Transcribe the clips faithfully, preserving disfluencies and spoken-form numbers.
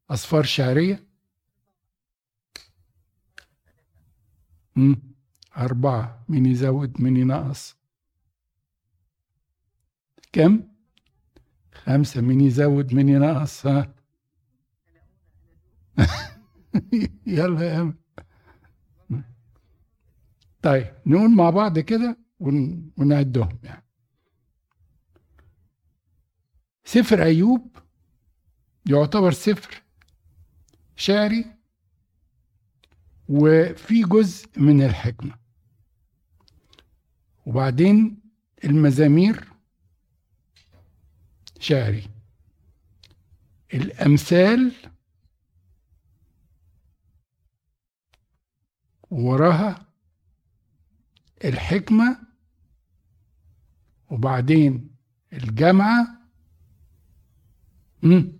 أصفار شعرية؟ مم. أربعة. مين يزود مين ينقص؟ كم؟ خمسة. مين يزود مين ينقص؟ ها؟ يلا يا أم. طيب نقول مع بعض كده ون... ونعدهم يعني. سفر أيوب يعتبر سفر شعري وفي جزء من الحكمة. وبعدين المزامير شعري. الأمثال وراها الحكمة، وبعدين الجامعة، مم.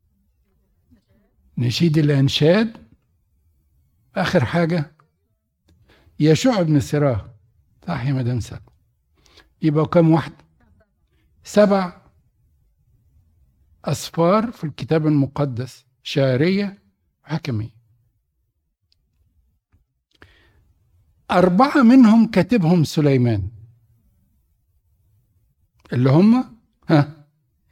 نشيد الأنشاد، آخر حاجة يشوع بن سراح. صح يا مدام سلمى؟ يبقى كم واحد؟ سبع أسفار في الكتاب المقدس شعرية وحكمية. أربعة منهم كاتبهم سليمان، اللي هم ها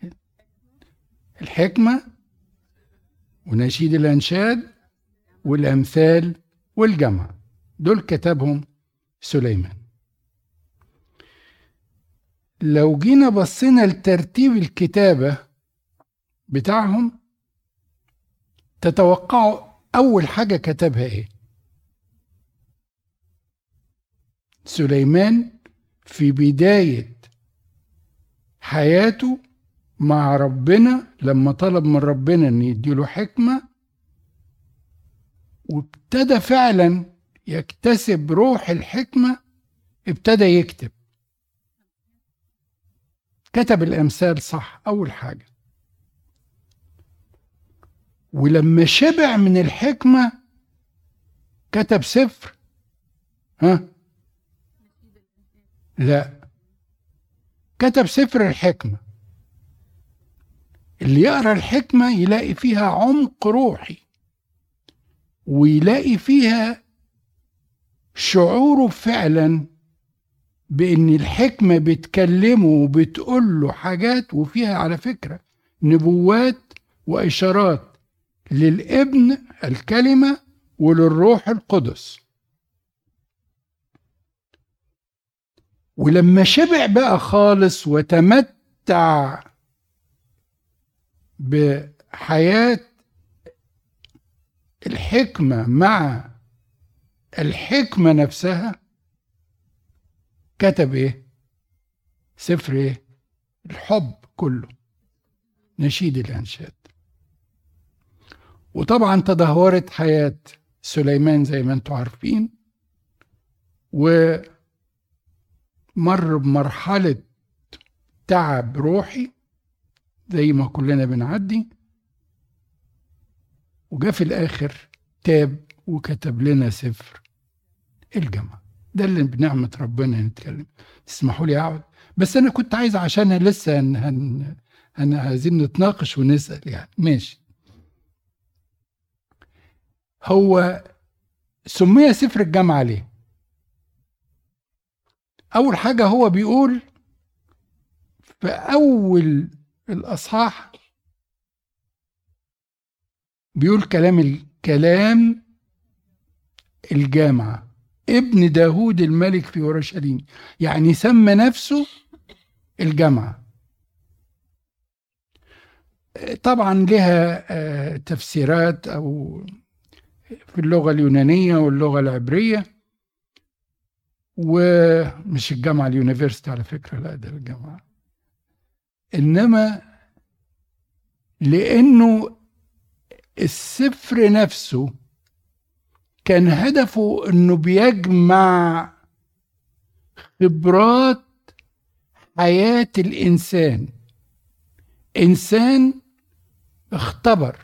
الحكمة ونشيد الأنشاد والأمثال والجمع، دول كتبهم سليمان. لو جينا بصينا لترتيب الكتابة بتاعهم تتوقعوا أول حاجة كتبها إيه؟ سليمان في بداية حياته مع ربنا لما طلب من ربنا أن يديله حكمة، وابتدى فعلا يكتسب روح الحكمة، ابتدى يكتب. كتب الأمثال صح أول حاجة. ولما شبع من الحكمة كتب سفر ها لا كتب سفر الحكمة. اللي يقرأ الحكمة يلاقي فيها عمق روحي، ويلاقي فيها شعوره فعلا بأن الحكمة بتكلمه وبتقول له حاجات، وفيها على فكرة نبوات وإشارات للابن الكلمة وللروح القدس. ولما شبع بقى خالص وتمتع بحياة الحكمة مع الحكمة نفسها، كتب ايه؟ سفر ايه؟ الحب كله، نشيد الأنشاد. وطبعا تدهورت حياة سليمان زي ما انتم عارفين، ومر بمرحلة تعب روحي زي ما كلنا بنعدي، وجاء في الآخر تاب وكتب لنا سفر الجامعة. ده اللي بنعمة ربنا نتكلم. تسمحوا لي أقعد؟ بس أنا كنت عايز عشان لسه هن هن هن عايزين نتناقش ونسأل يعني. ماشي. هو سمي سفر الجامعة ليه؟ أول حاجة هو بيقول في أول الأصحاح، بيقول كلام الكلام الجامعة ابن داود الملك في اورشليم، يعني سمى نفسه الجامعة. طبعا لها تفسيرات أو في اللغة اليونانية واللغة العبرية، ومش الجامعة اليونيفرسيتي على فكرة، لا ده الجامعة. إنما لأنه السفر نفسه كان هدفه إنه بيجمع خبرات حياة الإنسان. إنسان اختبر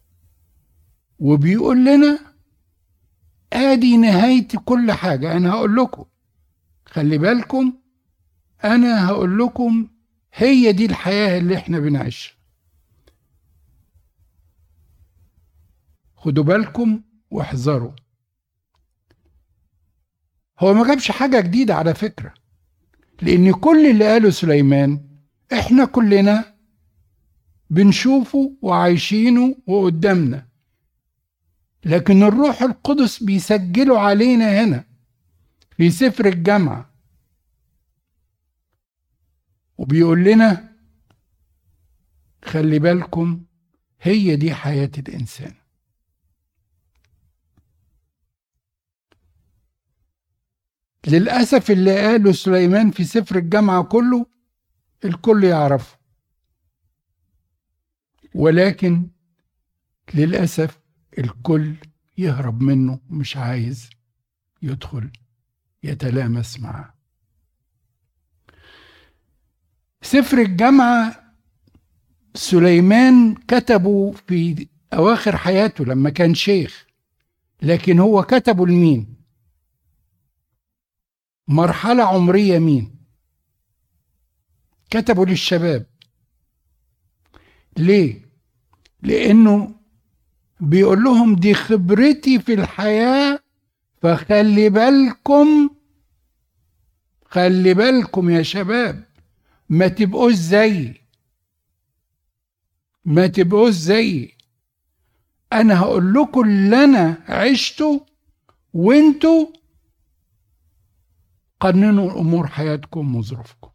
وبيقول لنا آدي نهاية كل حاجة. أنا هقول لكم، خلي بالكم، أنا هقول لكم هي دي الحياة اللي احنا بنعيشها. خدوا بالكم واحذروا. هو ما جابش حاجة جديدة على فكرة، لأن كل اللي قاله سليمان احنا كلنا بنشوفه وعايشينه وقدامنا، لكن الروح القدس بيسجله علينا هنا في سفر الجامعة، وبيقول لنا خلي بالكم هي دي حياة الإنسان. للأسف اللي قاله سليمان في سفر الجامعة كله الكل يعرفه، ولكن للأسف الكل يهرب منه، مش عايز يدخل يتلامس معه. سفر الجامعة سليمان كتبه في أواخر حياته لما كان شيخ، لكن هو كتبه لمين؟ مرحلة عمرية مين؟ كتبه للشباب. ليه؟ لأنه بيقول لهم دي خبرتي في الحياة، فخلي بالكم، خلي بالكم يا شباب، ما تبقوش زي ما تبقوش زي أنا هقول لكم اللي أنا عشته، وانتوا قننوا أمور حياتكم وظروفكم.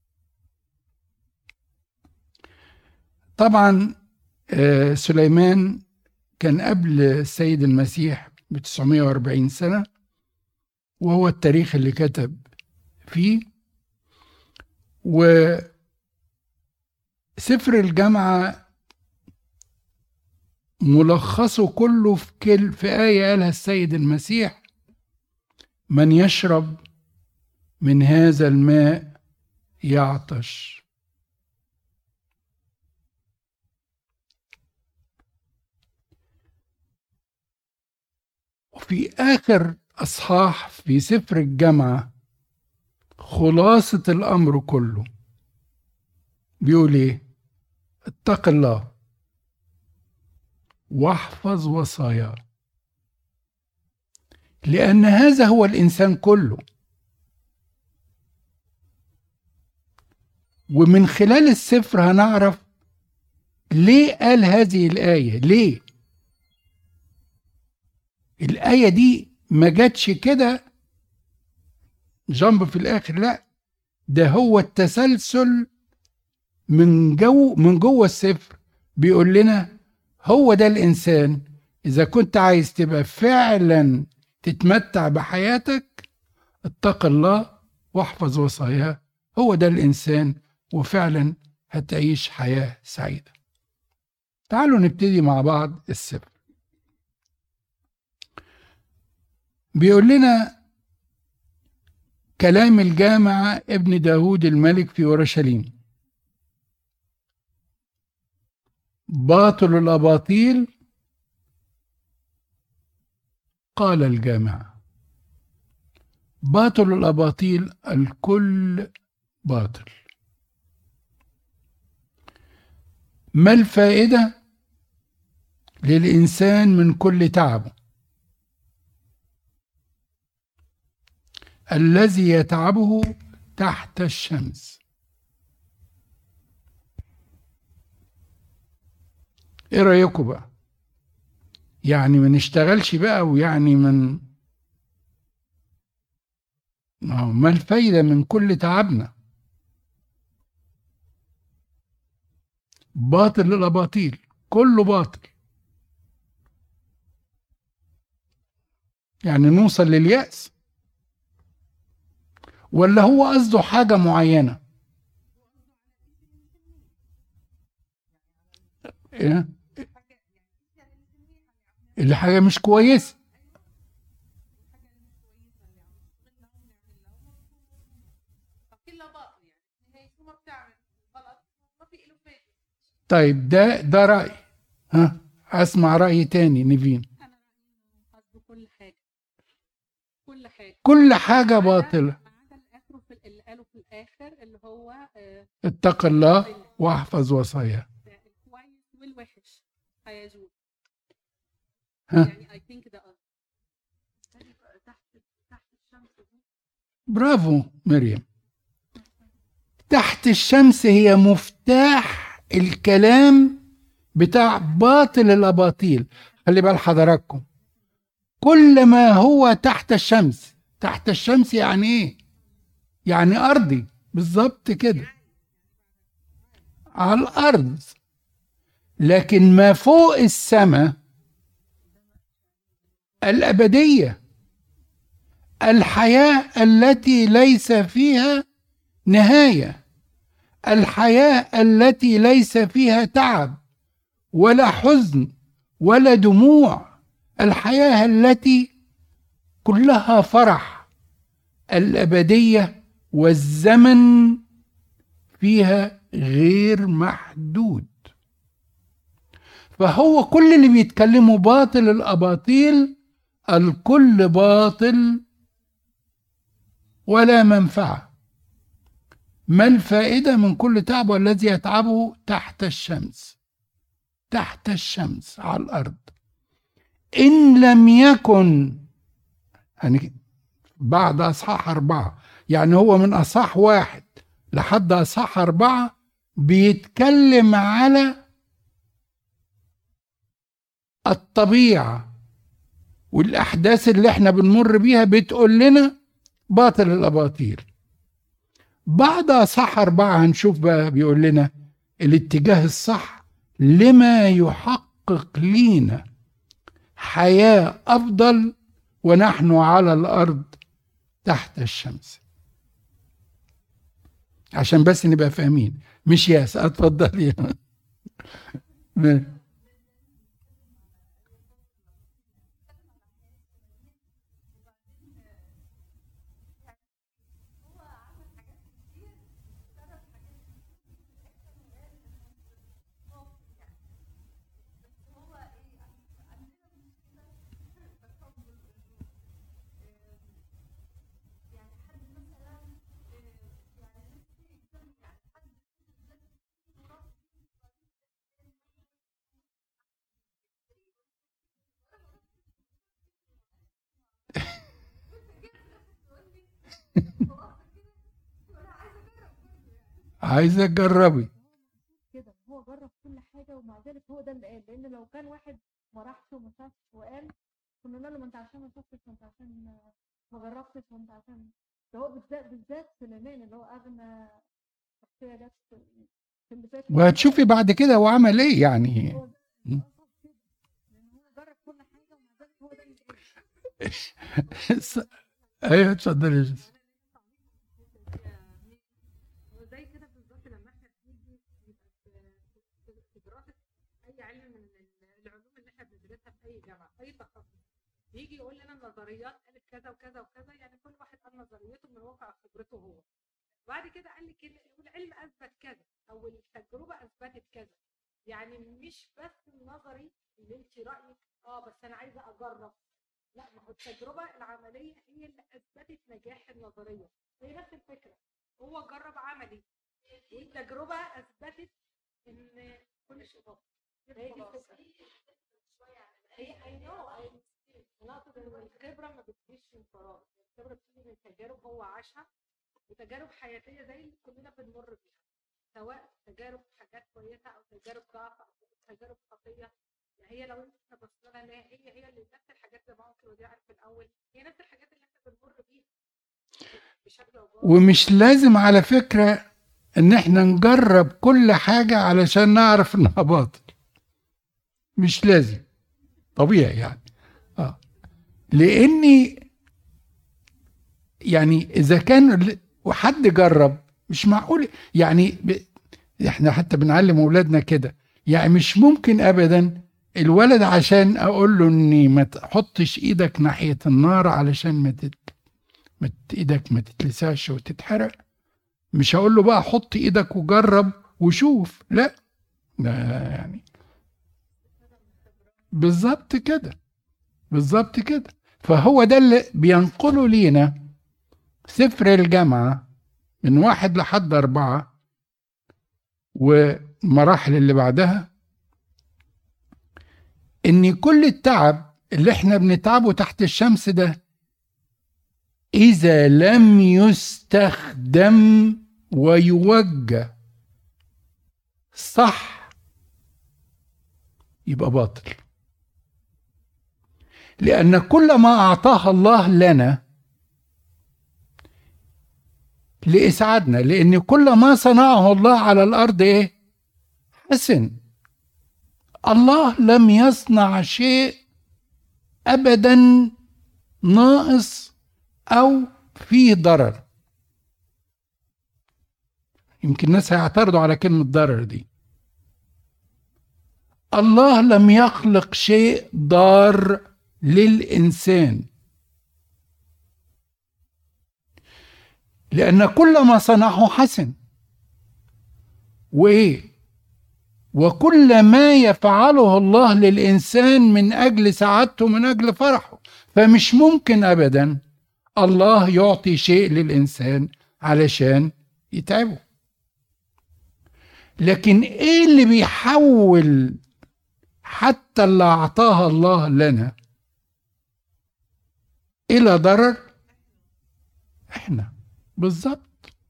طبعا سليمان كان قبل السيد المسيح ب تسعمائة وأربعين سنة، وهو التاريخ اللي كتب فيه. وسفر الجامعة ملخصه كله في كل في آية قالها السيد المسيح: من يشرب من هذا الماء يعطش. وفي آخر أصحاح في سفر الجامعة خلاصة الأمر كله بيقول إيه؟ اتق الله واحفظ وصاياه، لأن هذا هو الإنسان كله. ومن خلال السفر هنعرف ليه قال هذه الآية. ليه الآية دي ما جاتش كده جنب في الآخر، لا، ده هو التسلسل من جو من جوه السفر بيقول لنا هو ده الإنسان. إذا كنت عايز تبقى فعلا تتمتع بحياتك، اتق الله واحفظ وصاياه، هو ده الإنسان، وفعلا هتعيش حياة سعيدة. تعالوا نبتدي مع بعض السفر. بيقول لنا كلام الجامعة ابن داود الملك في اورشليم: باطل الأباطيل قال الجامعة. باطل الأباطيل، الكل باطل. ما الفائدة للإنسان من كل تعبه الذي يتعبه تحت الشمس؟ ايه رأيكم بقى؟ يعني ما نشتغلش بقى، ويعني من ما الفايدة من كل تعبنا؟ باطل الأباطيل، كله باطل. يعني نوصل لليأس، ولا هو قصده حاجة معينة؟ إيه؟ اللي حاجة مش كويسة. طيب ده ده رأي، ها اسمع رأي تاني. نيفين: انا قصده كل حاجه كل حاجه كل حاجة باطلة ما عدا الاخر في اللي قاله في الاخر اللي هو آه اتق الله واحفظ وصاياه. الكويس والوحش هيزول. ها يعني I think ده تحت تحت الشمس دي. برافو مريم. تحت الشمس هي مفتاح الكلام بتاع باطل الأباطيل. خلي بال حضراتكم، كل ما هو تحت الشمس. تحت الشمس يعني ايه؟ يعني أرضي بالظبط كده، على الأرض. لكن ما فوق السماء الأبدية، الحياة التي ليس فيها نهاية، الحياة التي ليس فيها تعب ولا حزن ولا دموع، الحياة التي كلها فرح، الأبدية، والزمن فيها غير محدود. فهو كل اللي بيتكلموا باطل الأباطيل، الكل باطل ولا منفعة. ما الفائدة من كل تعب والذي يتعبه تحت الشمس؟ تحت الشمس على الأرض. إن لم يكن، يعني بعد أصحاح أربعة، يعني هو من أصحاح واحد لحد أصحاح أربعة بيتكلم على الطبيعة والأحداث اللي احنا بنمر بيها، بتقول لنا باطل الأباطيل. بعد أصحاح أربعة هنشوف بقى بيقول لنا الاتجاه الصح لما يحقق لينا حياة أفضل ونحن على الأرض تحت الشمس. عشان بس نبقى فاهمين. مش ياس، اتفضلي. عايزة تجربي كده. هو جرب كل حاجه ومع ذلك هو ده اللي قال، لان لو كان واحد ما راحش وما شافش وقال كنا نقول له ما انت عشان ما شفتش، ما انت عشان ما جربتش، وانت عشان. ده هو بالذات بالذات سليمان اللي هو اغنى شخصيه جت في اللي فات، وهتشوفي بعد كده هو عمل ايه يعني. هو لان هو جرب كل حاجه ومع ذلك هو ده اللي قال. ايوه اتفضلي. زي كده بالظبط لما احنا بنيجي في دراسه اي علم من العلوم اللي احنا بندرسها في اي جامعه، اي تخصص، يجي يقول لنا النظريات قالت كذا وكذا وكذا، يعني كل واحد قال نظريته من واقع خبرته هو. بعد كده قال لي كده والعلم اثبت كذا او التجربه اثبتت كذا. يعني مش بس النظري اللي انت رايك اه بس انا عايزه اجرب، لا، ما هو التجربه العمليه هي اللي اثبتت نجاح النظريه. هي نفس الفكره، هو جرب عملي والتجربه اثبتت ان كل شيء باطل. هي دي الفكره. هي اي نو نقطه ان الخبره ما بتجيش من فراغ، الخبره بتيجي من تجارب هو عاشها وتجارب حياتيه زي اللي كلنا بنمر بيها، سواء تجارب حاجات كويسه او تجارب ضعف او تجارب خطيه. هي لو انت بصينا لها هي هي اللي نفس الحاجات زي ما قلت ودي عارف في الاول، هي نفس الحاجات اللي احنا بنمر بيها بشكل او باخر. ومش لازم على فكره ان احنا نجرب كل حاجه علشان نعرف انها باطل. مش لازم، طبيعي يعني. اه لاني يعني اذا كان وحد جرب، مش معقول يعني ب... احنا حتى بنعلم اولادنا كده، يعني مش ممكن ابدا الولد عشان اقول له اني ما تحطش ايدك ناحيه النار علشان ما تت... ما ايدك ما تتلسعش وتتحرق، مش هقول له بقى حط ايدك وجرب وشوف، لا ده يعني بالظبط كده، بالظبط كده. فهو ده اللي بينقله لينا سفر الجامعة من واحد لحد أربعة ومراحل اللي بعدها، إن كل التعب اللي احنا بنتعبه تحت الشمس ده إذا لم يستخدم ويوجه صح يبقى باطل، لأن كل ما أعطاه الله لنا لإسعادنا، لأن كل ما صنعه الله على الأرض إيه؟ حسن. الله لم يصنع شيء أبدا ناقص أو فيه ضرر. يمكن الناس هيعترضوا على كلمة ضرر دي. الله لم يخلق شيء ضار للإنسان، لأن كل ما صنعه حسن. وإيه؟ وكل ما يفعله الله للإنسان من أجل سعادته، من أجل فرحه. فمش ممكن أبدا الله يعطي شيء للإنسان علشان يتعبه. لكن إيه اللي بيحول حتى اللي أعطاها الله لنا إلى ضرر؟ إحنا بالظبط،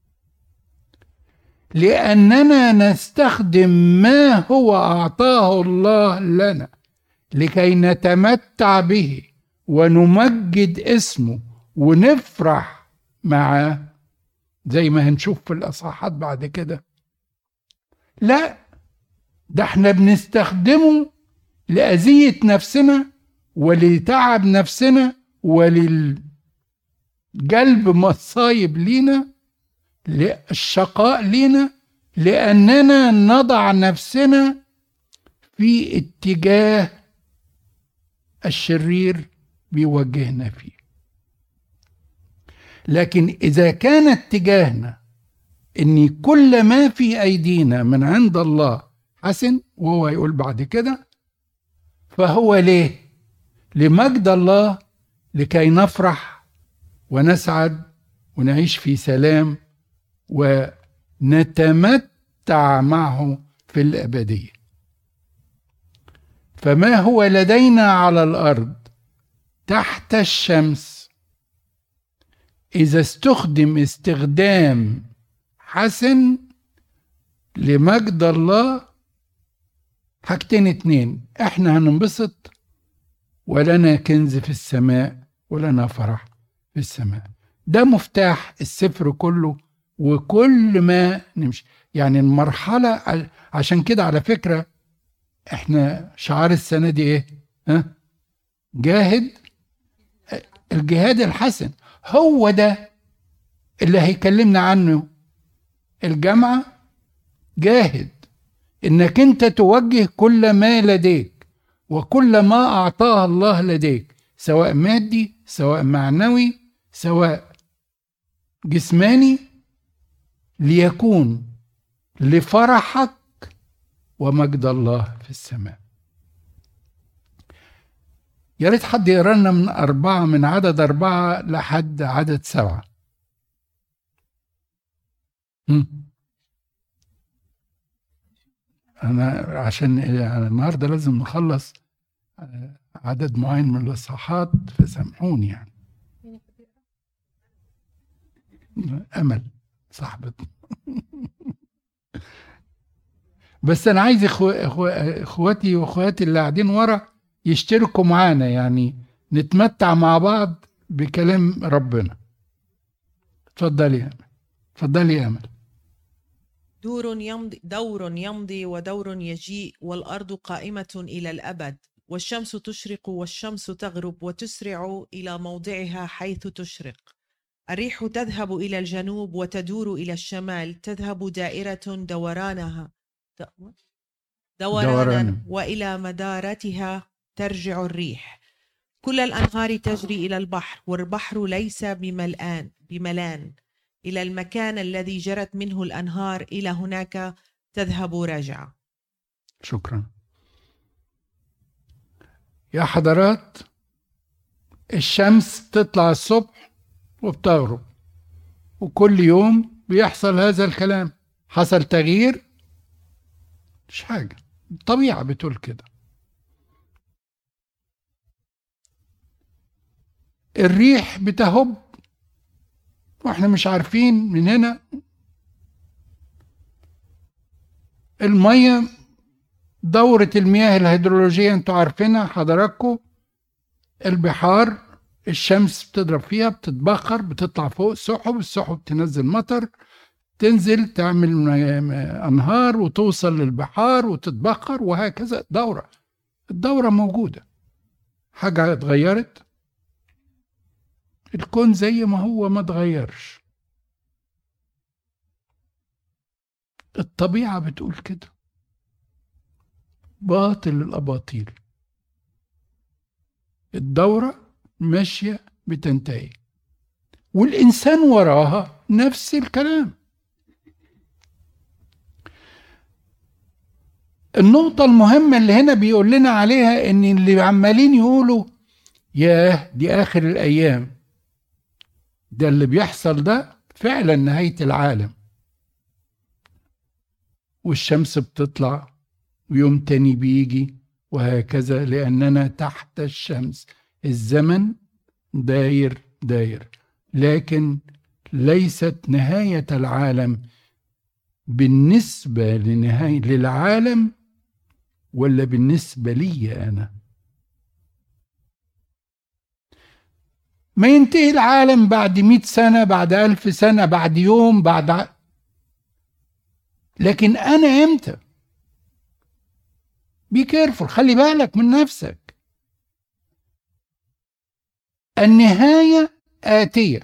لأننا نستخدم ما هو أعطاه الله لنا لكي نتمتع به ونمجد اسمه ونفرح معاه، زي ما هنشوف في الأصحاحات بعد كده. لا، ده احنا بنستخدمه لأذية نفسنا ولتعب نفسنا وللجلب مصايب لينا، للشقاء لينا، لأننا نضع نفسنا في اتجاه الشرير بيوجهنا فيه. لكن إذا كان اتجاهنا إن كل ما في أيدينا من عند الله حسن، وهو يقول بعد كده فهو ليه؟ لمجد الله، لكي نفرح ونسعد ونعيش في سلام ونتمتع معه في الأبدية. فما هو لدينا على الأرض تحت الشمس إذا استخدم استخدام حسن لمجد الله، حاجتين اتنين: احنا هننبسط ولنا كنز في السماء ولنا فرح في السماء. ده مفتاح السفر كله. وكل ما نمشي يعني المرحلة، عشان كده على فكرة احنا شعار السنة دي ايه؟ ها؟ جاهد الجهاد الحسن. هو ده اللي هيكلمنا عنه الجامعة. جاهد انك انت توجه كل ما لديك وكل ما اعطاه الله لديك، سواء مادي سواء معنوي سواء جسماني، ليكون لفرحك ومجد الله في السماء. يا ريت حد يقرا لنا من أربعة، من عدد أربعة لحد عدد سبعة. أنا عشان النهارده لازم نخلص عدد معين من الإصحاحات، فسامحوني يعني. أمل صاحبتنا. بس أنا عايز إخو... إخو... إخواتي وأخواتي اللي قاعدين ورا يشتركوا معانا، يعني نتمتع مع بعض بكلام ربنا. اتفضلي يا أمل. اتفضلي يا أمل. دور يمضي دور يمضي ودور يجيء، والأرض قائمة إلى الأبد، والشمس تشرق والشمس تغرب وتسرع إلى موضعها حيث تشرق. الريح تذهب إلى الجنوب وتدور إلى الشمال، تذهب دائرة دورانها دورانا دوران. وإلى مدارتها ترجع الريح. كل الأنهار تجري إلى البحر، والبحر ليس بملآن بملان. إلى المكان الذي جرت منه الأنهار إلى هناك تذهب راجعة. شكرا يا حضرات. الشمس تطلع الصبح وبتغرب، وكل يوم بيحصل هذا الكلام. حصل تغيير؟ مش حاجة، الطبيعة بتقول كده. الريح بتهب واحنا مش عارفين من هنا. المية دورة المياه الهيدرولوجية انتوا عارفينها حضراتكم، البحار الشمس بتضرب فيها بتتبخر بتطلع فوق سحب، السحب تنزل مطر، تنزل تعمل أنهار وتوصل للبحار وتتبخر، وهكذا دورة. الدورة موجودة. حاجة اتغيرت؟ الكون زي ما هو ما اتغيرش. الطبيعة بتقول كده، باطل الأباطيل. الدورة ماشية بتنتهي، والإنسان وراها نفس الكلام. النقطة المهمة اللي هنا بيقول لنا عليها ان اللي عمالين يقولوا ياه دي آخر الأيام، ده اللي بيحصل ده فعلا نهاية العالم، والشمس بتطلع ويوم تاني بيجي وهكذا، لأننا تحت الشمس. الزمن داير داير، لكن ليست نهاية العالم بالنسبة لنهاية للعالم ولا بالنسبة لي أنا. ما ينتهي العالم بعد مئة سنة، بعد ألف سنة، بعد يوم، بعد ع... لكن أنا إمتى؟ بي كيرفول، خلي بالك من نفسك. النهاية آتية،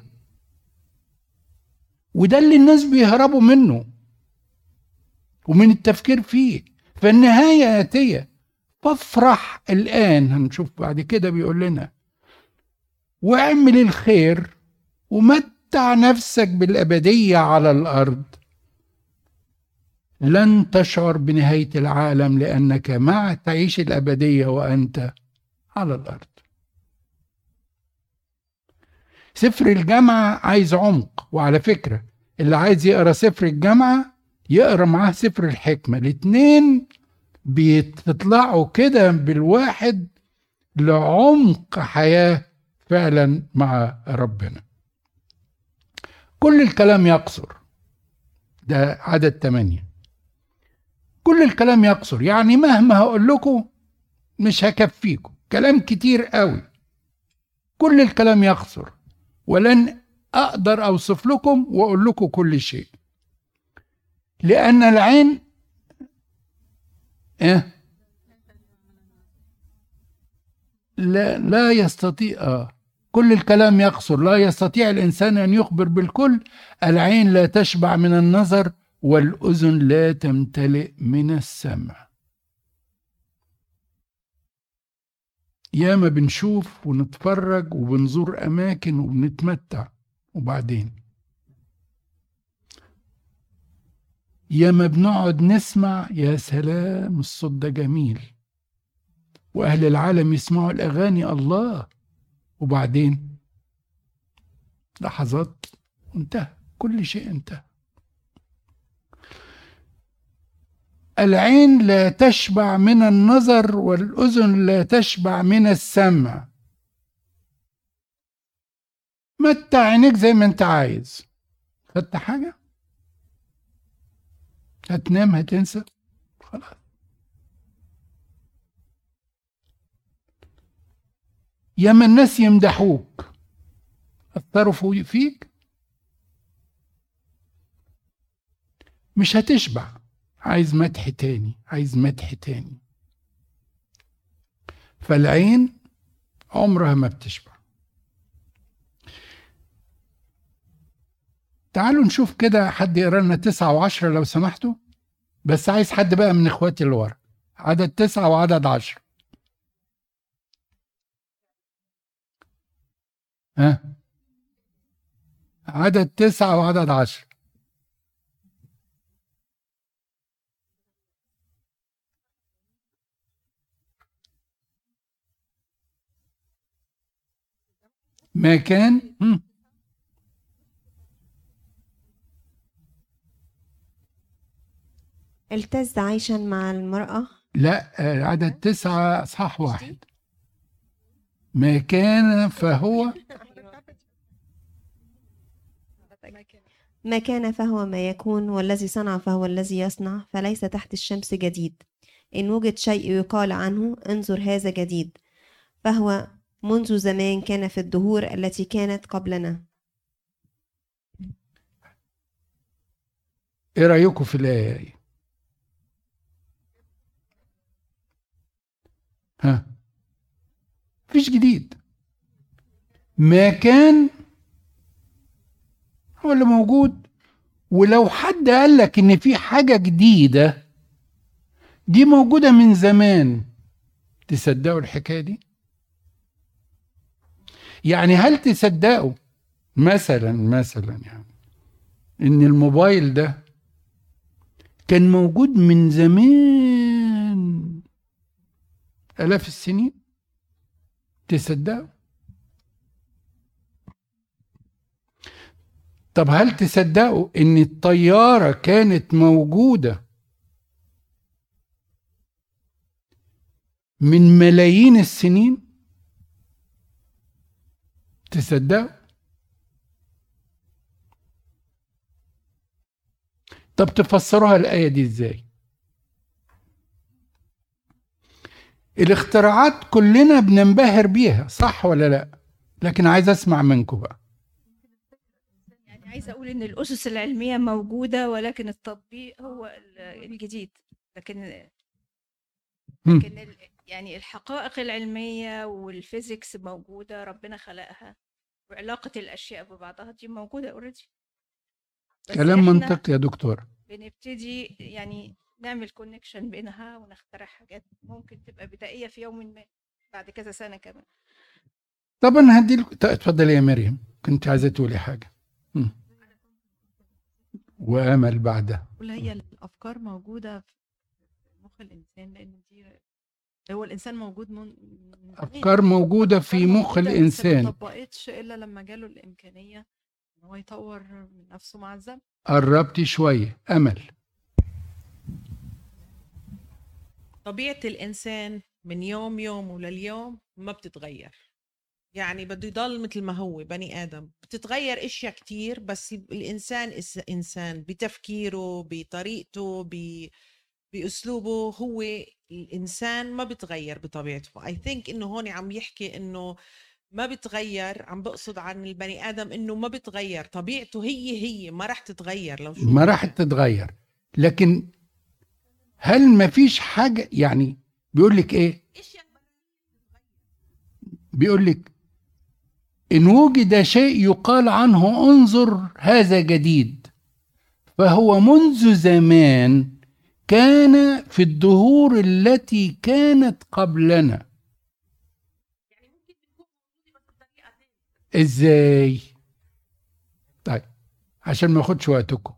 وده اللي الناس بيهربوا منه ومن التفكير فيه. فالنهاية آتية، فافرح الآن. هنشوف بعد كده بيقول لنا واعمل الخير ومتع نفسك بالأبدية على الأرض، لن تشعر بنهاية العالم لأنك مع تعيش الأبدية وأنت على الأرض. سفر الجامعة عايز عمق، وعلى فكرة اللي عايز يقرأ سفر الجامعة يقرأ معاه سفر الحكمة، الاتنين بيطلعوا كده بالواحد لعمق حياة فعلا مع ربنا. كل الكلام يقصر، ده عدد ثمانية. كل الكلام يقصر، يعني مهما هقول لكم مش هكفيكم، كلام كتير قوي. كل الكلام يقصر، ولن أقدر أوصف لكم وأقول لكم كل شيء، لأن العين إيه؟ لا, لا يستطيع آه. كل الكلام يقصر، لا يستطيع الإنسان أن يخبر بالكل. العين لا تشبع من النظر، والأذن لا تمتلئ من السمع. ياما بنشوف ونتفرج وبنزور أماكن وبنتمتع، وبعدين ياما بنقعد نسمع يا سلام الصوت ده جميل، وأهل العالم يسمعوا الأغاني الله، وبعدين لحظات انتهى، كل شيء انتهى. العين لا تشبع من النظر، والأذن لا تشبع من السمع. متع عينيك زي ما انت عايز، خدت حاجة هتنام هتنسى خلاص. ياما الناس يمدحوك، أثروا فيك، مش هتشبع، عايز مدح تاني، عايز مدح تاني. فالعين عمرها ما بتشبع. تعالوا نشوف كده، حد يقرا لنا تسعة وعشرة لو سمحتوا، بس عايز حد بقى من اخواتي اللي ورا، عدد تسعة وعدد عشرة. ها، عدد تسعة وعدد عشرة. ما كان هم. التز عيشا مع المرأة. لا، عدد تسعة اصحاح واحد. ما كان فهو ما كان فهو ما يكون، والذي صنع فهو الذي يصنع، فليس تحت الشمس جديد. إن وجد شيء يقال عنه انظر هذا جديد، فهو منذ زمان كان في الدهور التي كانت قبلنا. ايه رأيكم في الآية؟ ها، مفيش جديد. ما كان هو اللي موجود. ولو حد قال لك ان في حاجة جديدة دي موجودة من زمان، تصدقوا الحكاية دي؟ يعني هل تصدقوا مثلا مثلا يعني ان الموبايل ده كان موجود من زمان آلاف السنين؟ تصدقوا؟ طب هل تصدقوا ان الطيارة كانت موجودة من ملايين السنين؟ تصدقوا؟ طب تفسروها الآية دي ازاي؟ الاختراعات كلنا بننبهر بيها، صح ولا لا؟ لكن عايز اسمع منكم بقى. يعني عايز اقول ان الاسس العلميه موجوده، ولكن التطبيق هو الجديد. لكن لكن ال- يعني الحقائق العلميه والفيزيكس موجوده، ربنا خلقها، وعلاقه الاشياء ببعضها دي موجوده اوريدي. كلام منطقي يا دكتور. بنبتدي يعني نعمل كونكشن بينها ونخترع حاجات ممكن تبقى بدائيه في يوم ما بعد كذا سنه كمان. طب انا هدي لك، اتفضلي يا مريم، كنت عايزه تقولي حاجه. م. وامل بعدها. ولا هي الافكار موجوده في مخ الانسان، لان دي هو الانسان موجود من من زمان. افكار موجوده في أفكار مخ موجودة، بس الانسان، ما طبقتش الا لما جاله الامكانيه ان هو يطور من نفسه مع الزمن. قربتي شويه. امل. طبيعة الإنسان من يوم يوم لليوم ما بتتغير، يعني بده يضل مثل ما هو بني آدم. بتتغير إشياء كتير، بس الإنسان إس- إنسان بتفكيره، بطريقته، ب- بأسلوبه. هو الإنسان ما بتغير بطبيعته. I think إنه هون عم يحكي إنه ما بتغير، عم بقصد عن البني آدم إنه ما بتغير، طبيعته هي هي ما رح تتغير. لو شو ما راح تتغير، لكن هل ما فيش حاجه؟ يعني بيقول لك ايه؟ بيقول لك ان وجد شيء يقال عنه انظر هذا جديد، فهو منذ زمان كان في الدهور التي كانت قبلنا. ازاي؟ طيب عشان ما اخدش وقتكم،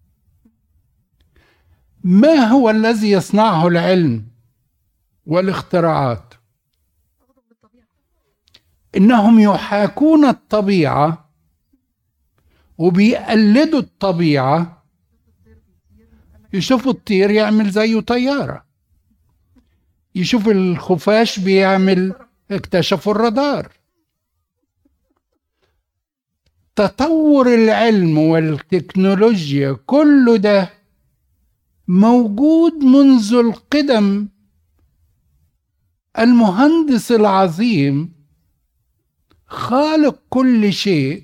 ما هو الذي يصنعه العلم والاختراعات؟ انهم يحاكون الطبيعة وبيقلدوا الطبيعة. يشوفوا الطير يعمل زيه طيارة، يشوف الخفاش بيعمل، اكتشفوا الرادار. تطور العلم والتكنولوجيا كله ده موجود منذ القدم. المهندس العظيم خالق كل شيء،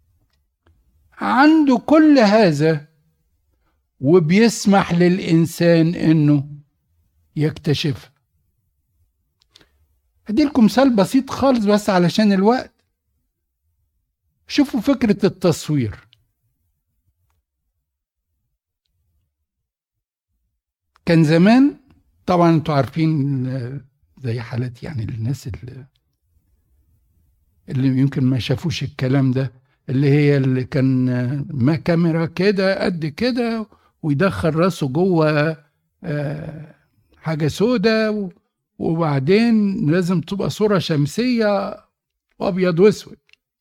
عنده كل هذا، وبيسمح للإنسان إنه يكتشفها. هدي لكم مثال بسيط خالص بس علشان الوقت. شوفوا فكرة التصوير. كان زمان طبعا انتوا عارفين زي حالات يعني الناس اللي, اللي يمكن ما شافوش الكلام ده، اللي هي اللي كان ما كاميرا كده قد كده ويدخل راسه جوه حاجة سودة، وبعدين لازم تبقى صورة شمسية وابيض واسود.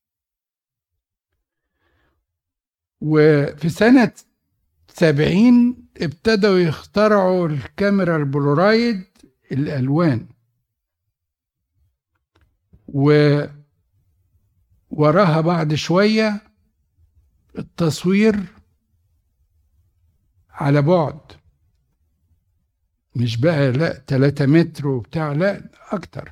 وفي سنة سبعين ابتدوا يخترعوا الكاميرا البلورايد الألوان، ووراها بعد شوية التصوير على بعد، مش بقى لا تلاتة متر وبتاع، لا أكتر.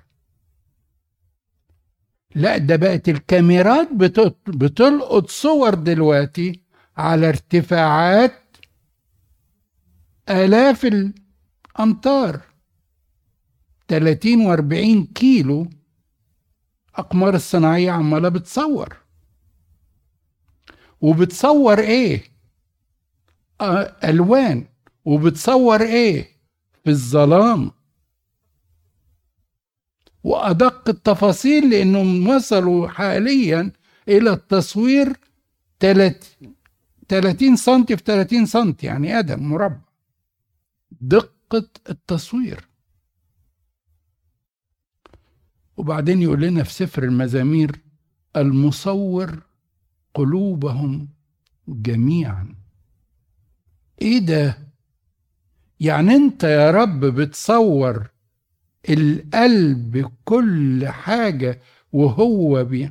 لا ده بقت الكاميرات بتلقط صور دلوقتي على ارتفاعات آلاف الأمتار، تلاتين واربعين كيلو. أقمار الصناعية عمالة بتصور، وبتصور إيه؟ آه ألوان. وبتصور إيه؟ في الظلام. وأدق التفاصيل، لأنهم وصلوا حاليا إلى التصوير تلاتين سنتي في تلاتين سنتي، يعني قدم مربع. دقة التصوير. وبعدين يقول لنا في سفر المزامير: المصور قلوبهم جميعا. ايه ده؟ يعني انت يا رب بتصور القلب كل حاجة وهو بي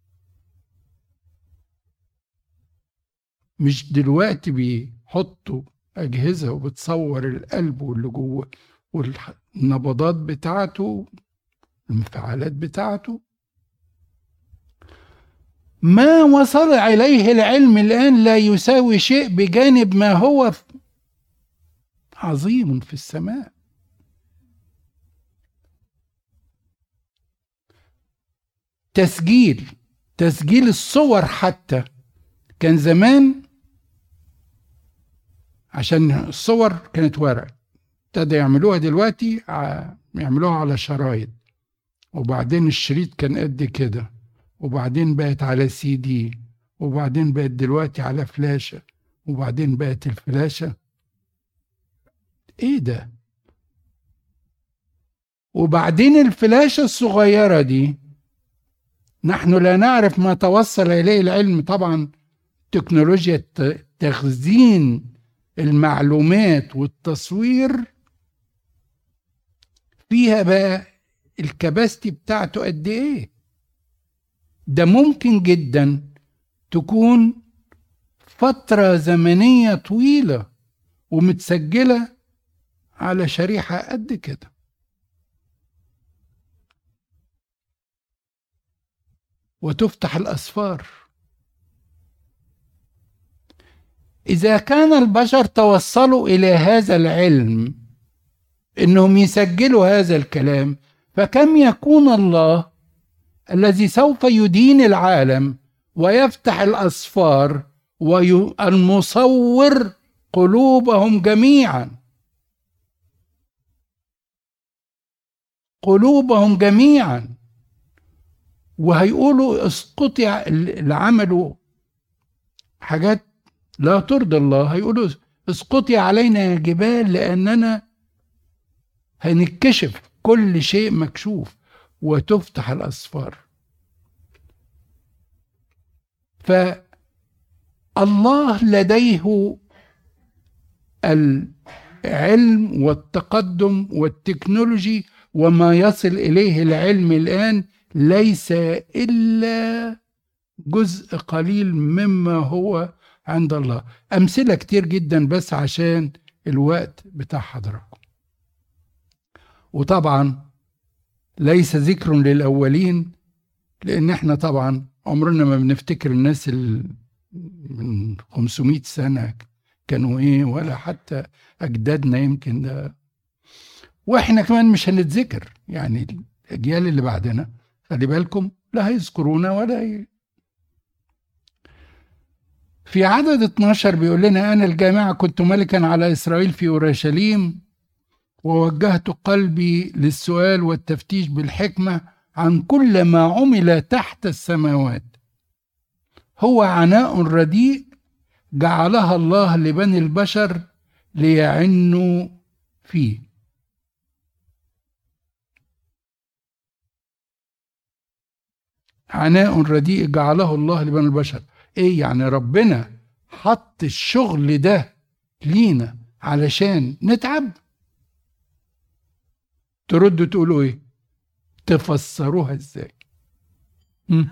مش دلوقتي بيحطوا أجهزة وبتصور القلب واللي جوه والنبضات بتاعته، الانفعالات بتاعته. ما وصل إليه العلم الآن لا يساوي شيء بجانب ما هو عظيم في السماء. تسجيل تسجيل الصور حتى كان زمان، عشان الصور كانت ورق، ابتدى يعملوها دلوقتي يعملوها على شرايط، وبعدين الشريط كان قد كده، وبعدين بقت على سي دي، وبعدين بقت دلوقتي على فلاشة، وبعدين بقت الفلاشة. ايه ده؟ وبعدين الفلاشة الصغيرة دي نحن لا نعرف ما توصل إليه العلم. طبعا تكنولوجيا تخزين المعلومات والتصوير فيها بقى الكباستي بتاعته قد ايه. ده ممكن جدا تكون فترة زمنية طويلة ومتسجلة على شريحة قد كده. وتفتح الأسفار. إذا كان البشر توصلوا إلى هذا العلم إنهم يسجلوا هذا الكلام، فكم يكون الله الذي سوف يدين العالم ويفتح الأسفار والمصور قلوبهم جميعا. قلوبهم جميعا. وهيقولوا اسقطي، اللي عملوا حاجات لا ترضي الله هيقولوا اسقطي علينا يا جبال لأننا هنكشف كل شيء مكشوف وتفتح الأسفار. فالله لديه العلم والتقدم والتكنولوجي، وما يصل إليه العلم الآن ليس إلا جزء قليل مما هو عند الله. أمثلة كتير جدا بس عشان الوقت بتاع حضراتكم. وطبعا ليس ذكر للأولين، لأن احنا طبعا عمرنا ما بنفتكر الناس من خمسمائة سنة كانوا ايه، ولا حتى أجدادنا يمكن ده، واحنا كمان مش هنتذكر. يعني الأجيال اللي بعدنا خلي بالكم لا هيذكرونا ولا ي... في عدد اتناشر بيقول لنا: أنا الجامعة كنت ملكا على إسرائيل في أورشليم، ووجهت قلبي للسؤال والتفتيش بالحكمة عن كل ما عمل تحت السماوات. هو عناء رديء جعلها الله لبني البشر ليعنوا فيه. عناء رديء جعله الله لبني البشر. ايه يعني؟ ربنا حط الشغل ده لينا علشان نتعب؟ تردوا تقولوا ايه؟ تفسروها ازاي؟ مم.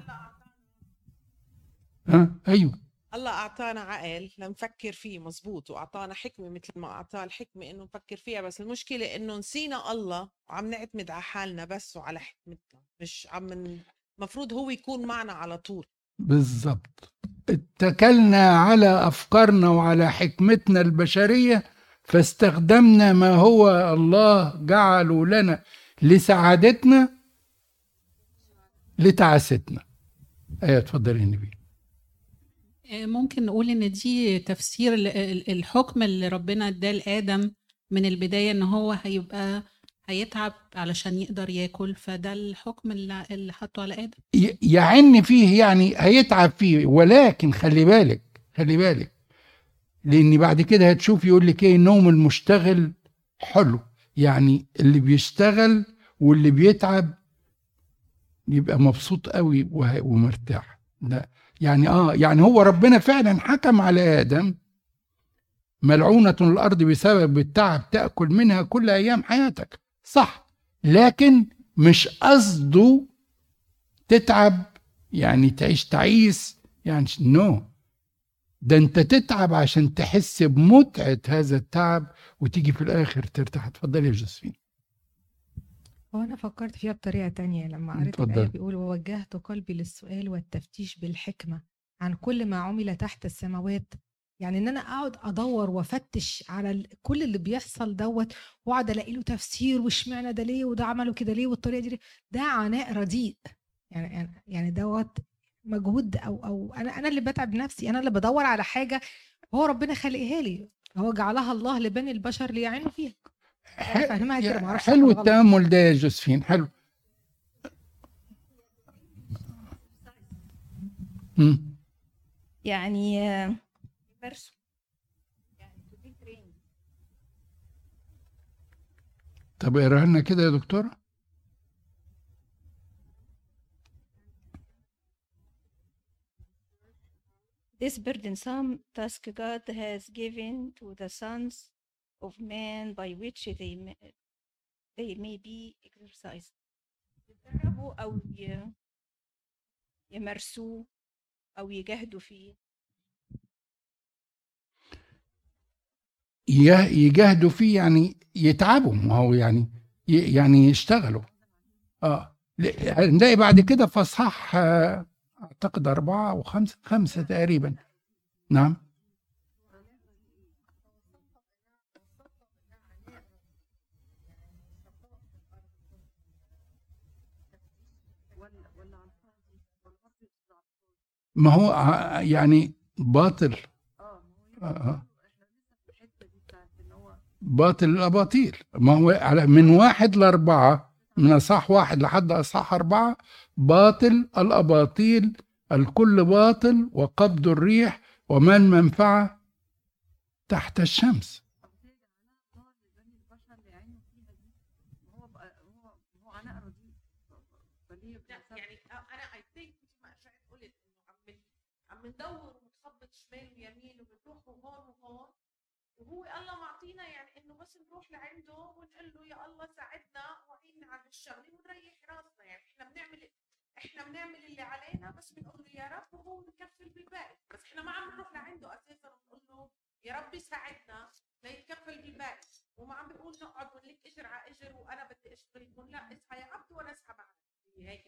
ها ايوه الله أعطانا عقل لنفكر فيه مزبوط، وأعطانا حكمة مثل ما أعطاه الحكمة إنه نفكر فيها، بس المشكلة إنه نسينا الله وعم نعتمد على حالنا بس وعلى حكمتنا، مش عم المفروض هو يكون معنا على طول. بالظبط، اتكلنا على أفكارنا وعلى حكمتنا البشرية، فاستخدمنا ما هو الله جعله لنا لسعادتنا لتعاستنا. ايوه اتفضلي يا نبيل. ممكن نقول ان دي تفسير الحكم اللي ربنا اداه لآدم من البداية، ان هو هيبقى هيتعب علشان يقدر ياكل، فده الحكم اللي اللي حطه على آدم. يعني فيه يعني هيتعب فيه، ولكن خلي بالك خلي بالك لان بعد كده هتشوف يقول لك ايه، النوم المشتغل حلو. يعني اللي بيشتغل واللي بيتعب يبقى مبسوط قوي ومرتاح. ده يعني اه يعني هو ربنا فعلا حكم على آدم ملعونة الأرض بسبب التعب تأكل منها كل أيام حياتك، صح، لكن مش قصده تتعب يعني تعيش تعيس، يعني نو no. ده انت تتعب عشان تحس بمتعة هذا التعب وتيجي في الآخر ترتاح. اتفضلي يا جوزفين. هو أنا فكرت فيها بطريقة تانية لما قريت الآية بيقول ووجهت قلبي للسؤال والتفتيش بالحكمة عن كل ما عمل تحت السماوات. يعني ان انا اقعد ادور وافتش على كل اللي بيحصل دوت واقعد الاقي له تفسير، واشمعنى ده ليه وده عمله كده ليه والطريقه دي ليه، ده عناء رديء. يعني يعني دوت مجهود، او او انا انا اللي بتعب نفسي، انا اللي بدور على حاجه هو ربنا خلقها لي، هو جعلها الله لبني البشر ليعينوا فيها. فاهمها كده، ما اعرفش. حلو التامل ده يا جوزفين، حلو. امم يعني طب اقرا لنا كده يا دكتوره. This burdensome task God has given to the sons of man by which they may, they may be exercised. يجربوا أو يمارسوه أو يجاهدوا فيه. يجاهدوا فيه يعني يتعبوا، ما هو يعني يعني يشتغلوا. اه نلاقي بعد كده في اصحاح اعتقد اربعه او خمسه خمسه تقريبا. نعم. ما هو يعني باطل. آه. باطل الأباطيل. ما هو على من واحد لأربعة، من أصحاح واحد لحد أصحاح أربعة، باطل الأباطيل، الكل باطل وقبض الريح وما المنفعة تحت الشمس. يعني أنا I think ما شايف قلت إنه عم عم ندور ونخبط شمال ويمين وبنروح وهون وهون، وهو الله معطينا يعني انه بس نروح لعنده ونقول له يا الله ساعدنا وعيننا على الشغله ونريح راسنا. يعني احنا بنعمل احنا بنعمل اللي علينا، بس بنقول له يا رب وهو بيكفل بالباقي. بس احنا ما عم نروح لعنده اساسا ونقول له يا رب ساعدنا ليتكفل بالباقي، وما عم بيقول نقعد ونلك اجر على اجر وانا بدي اشتغل. يقول لا اصحى يا عبد وانا اسحب معك. هيك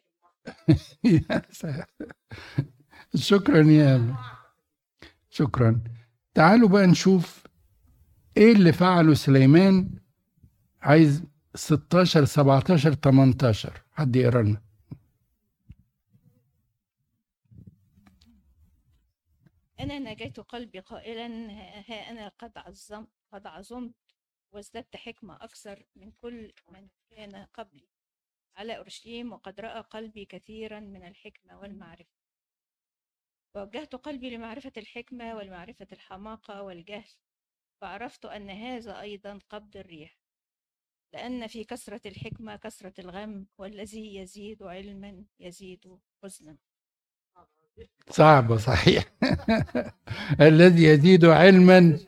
شكرا يا شكرا. تعالوا بقى نشوف ايه اللي فعله سليمان. عايز ستاشر سبعتاشر تمنتاشر حد يقرا لنا. أنا نجيت قلبي قائلا ها أنا قد عظمت قد عظمت وازددت حكمة أكثر من كل من كان قبلي على أورشليم، وقد رأى قلبي كثيرا من الحكمة والمعرفة. ووجهت قلبي لمعرفة الحكمة والمعرفة الحماقة والجهل، فعرفت أن هذا أيضا قبض الريح، لأن في كثرة الحكمة كثرة الغم، والذي يزيد علما يزيد حزنا. صعبة صحيح. الذي يزيد علما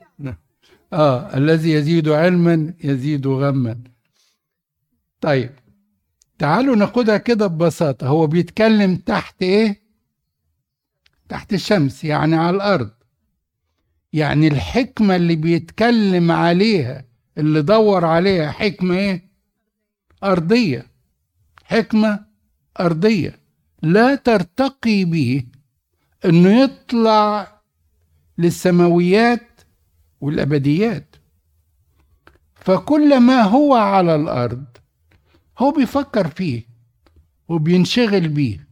اه الذي يزيد علما يزيد غما. طيب تعالوا ناخدها كده ببساطة. هو بيتكلم تحت ايه؟ تحت الشمس، يعني على الأرض. يعني الحكمة اللي بيتكلم عليها، اللي دور عليها، حكمة ايه؟ أرضية. حكمة أرضية لا ترتقي به انه يطلع للسماويات والأبديات. فكل ما هو على الأرض هو بيفكر فيه وبينشغل بيه.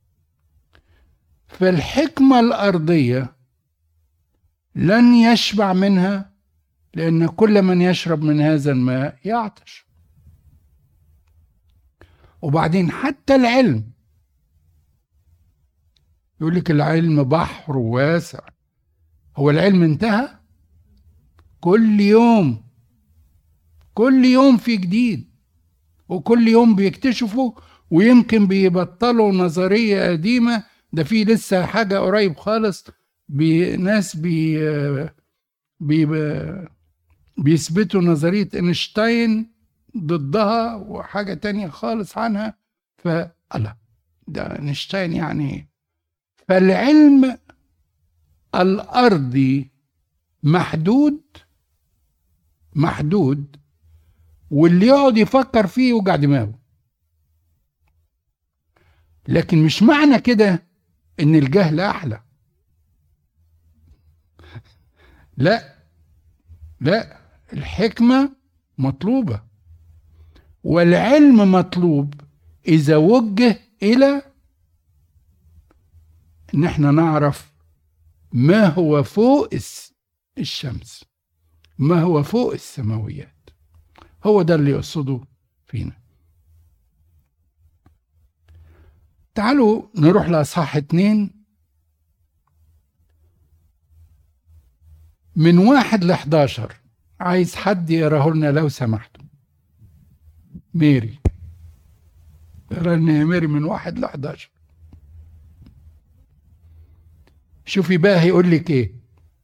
فالحكمة الأرضية لن يشبع منها، لأن كل من يشرب من هذا الماء يعطش. وبعدين حتى العلم، يقول لك العلم بحر واسع. هو العلم انتهى؟ كل يوم كل يوم في جديد، وكل يوم بيكتشفوا، ويمكن بيبطلوا نظرية قديمة. ده في لسه حاجة قريب خالص بناس بي بي بيثبتوا نظرية اينشتاين ضدها، وحاجة تانية خالص عنها. فالله ده اينشتاين يعني. فالعلم الأرضي محدود محدود، واللي يقعد يفكر فيه يوجع دماغه. لكن مش معنى كده ان الجهل احلى. لا لا، الحكمة مطلوبة والعلم مطلوب اذا وجه الى ان احنا نعرف ما هو فوق الشمس، ما هو فوق السماويات. هو ده اللي يقصده فينا. تعالوا نروح لأصحاح اتنين من واحد لحداشر. عايز حد يقراه لنا لو سمحتوا. ميري اقرا لنا يا ميري من واحد لحداشر. شوفي بقى هيقول لك ايه.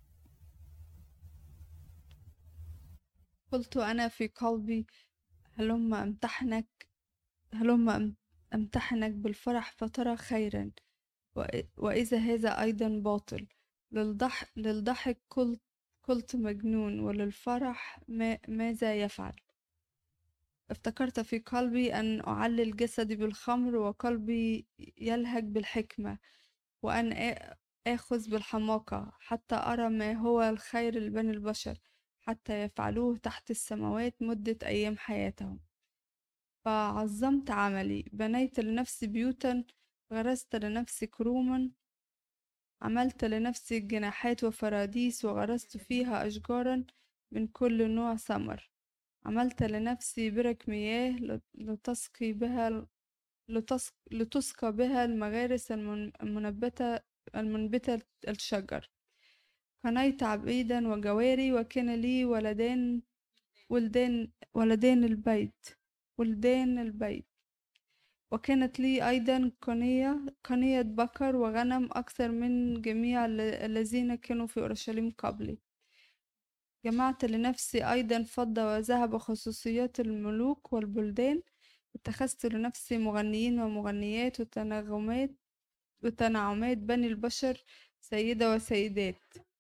قلت أنا في قلبي هلم أمتحنك هلم أمتحنك بالفرح فترى خيرا، وإذا هذا أيضا باطل. للضح للضحك قلت قلت مجنون، وللفرح ما ماذا يفعل؟ افتكرت في قلبي أن أعلل جسدي بالخمر، وقلبي يلهج بالحكمة، وأن آخذ بالحماقة، حتى أرى ما هو الخير لبني البشر، حتى يفعلوه تحت السماوات مدة أيام حياتهم. فعظمت عملي، بنيت لنفسي بيوتا، غرست لنفسي كروما، عملت لنفسي جناحات وفراديس، وغرست فيها أشجارا من كل نوع ثمر. عملت لنفسي برك مياه لتسقي بها لتسق... لتسقى بها المغارس المنبتة المنبتة الشجر. قنيت عبيدا وجواري، وكان لي ولدان ولدان ولدان البيت ولدان البيت وكانت لي أيضا قنية قنية بقر وغنم أكثر من جميع الذين كانوا في أورشليم قبلي. جمعت لنفسي أيضا فضة وذهب، خصوصيات الملوك والبلدان. اتخذت لنفسي مغنيين ومغنيات وتنغمات وتنعمات بني البشر، سيدة وسيدات.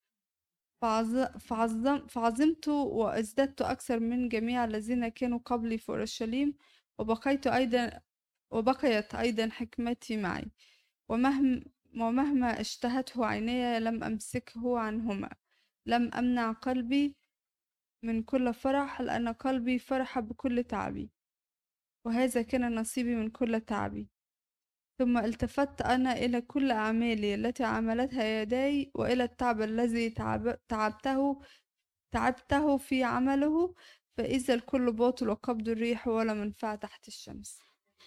فعظم فعظمت وازددت أكثر من جميع الذين كانوا قبلي في أورشليم، وبقيت أيضا وبقيت أيضا حكمتي معي، ومهما ومهما اشتهته عيني لم أمسكه عنهما. لم أمنع قلبي من كل فرح، لأن قلبي فرح بكل تعبي، وهذا كان نصيبي من كل تعبي. ثم التفت أنا إلى كل أعمالي التي عملتها يداي، وإلى التعب الذي تعب... تعبته تعبته في عمله، فإذا الكل باطل وقبض الريح ولا منفعة تحت الشمس.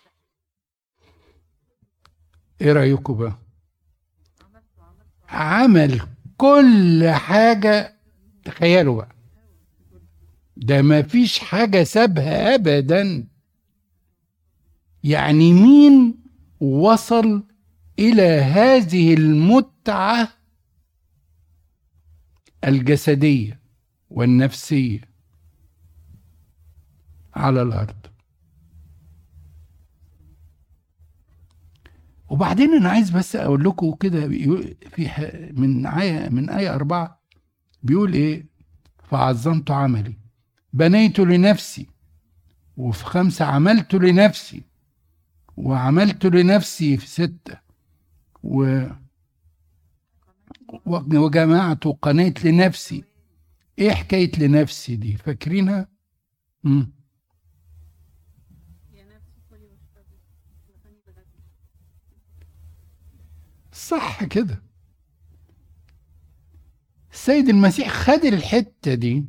ايه رأيكم بقى؟ عمل كل حاجة. تخيلوا بقى، ده ما فيش حاجة سابها أبدا. يعني مين وصل إلى هذه المتعة الجسدية والنفسية على الأرض؟ وبعدين انا عايز بس اقول لكم كده، في من آية من آية أربعة بيقول ايه؟ فعظمت عملي، بنيت لنفسي. وفي خمسة عملت لنفسي، وعملت لنفسي في ستة، و وجمعت وقنيت لنفسي. ايه حكاية لنفسي دي؟ فاكرينها؟ مم. صح كده. السيد المسيح خد الحتة دي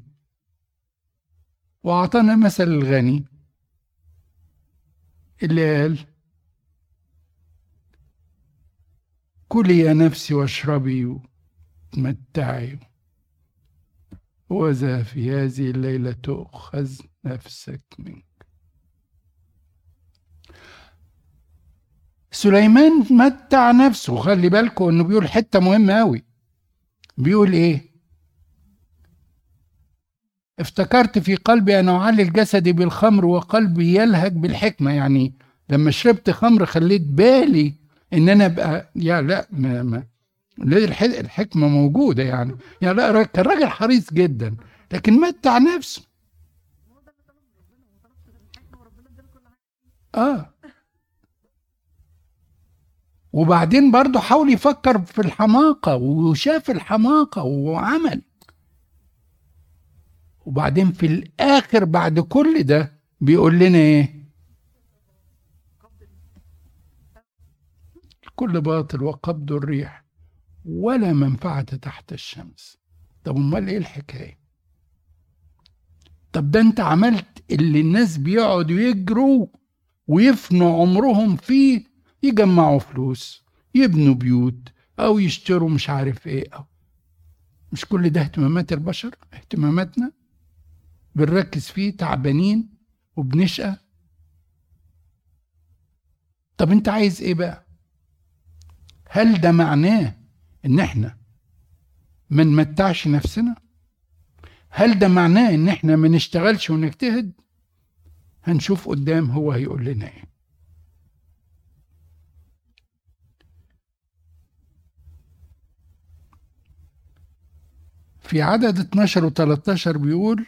وأعطانا مثل الغني اللي قال كلي يا نفسي واشربي وتمتعي، وذا في هذه الليلة تؤخذ نفسك منك. سليمان متع نفسه. خلي بالكم انه بيقول حتة مهمة قوي. بيقول ايه؟ افتكرت في قلبي ان اعلل جسدي بالخمر وقلبي يلهج بالحكمة. يعني لما شربت خمر خليت بالي ان انا ابقى يا لا ما ما الحكمة موجودة يعني. يا لا كان راجل حريص جدا لكن متع نفسه. اه وبعدين برضه حاول يفكر في الحماقة وشاف الحماقة وعمل. وبعدين في الآخر بعد كل ده بيقول لنا ايه؟ كل باطل وقبض الريح ولا منفعة تحت الشمس. طب امال ايه الحكاية؟ طب ده انت عملت اللي الناس بيقعدوا يجروا ويفنوا عمرهم فيه، يجمعوا فلوس، يبنوا بيوت، او يشتروا مش عارف ايه. أو مش كل ده اهتمامات البشر؟ اهتماماتنا بنركز فيه، تعبانين وبنشقى. طب انت عايز ايه بقى؟ هل ده معناه ان احنا ما نمتعش نفسنا؟ هل ده معناه ان احنا ما نشتغلش ونجتهد؟ هنشوف قدام هو هيقول لنا ايه. في عدد اتناشر و تلتاشر بيقول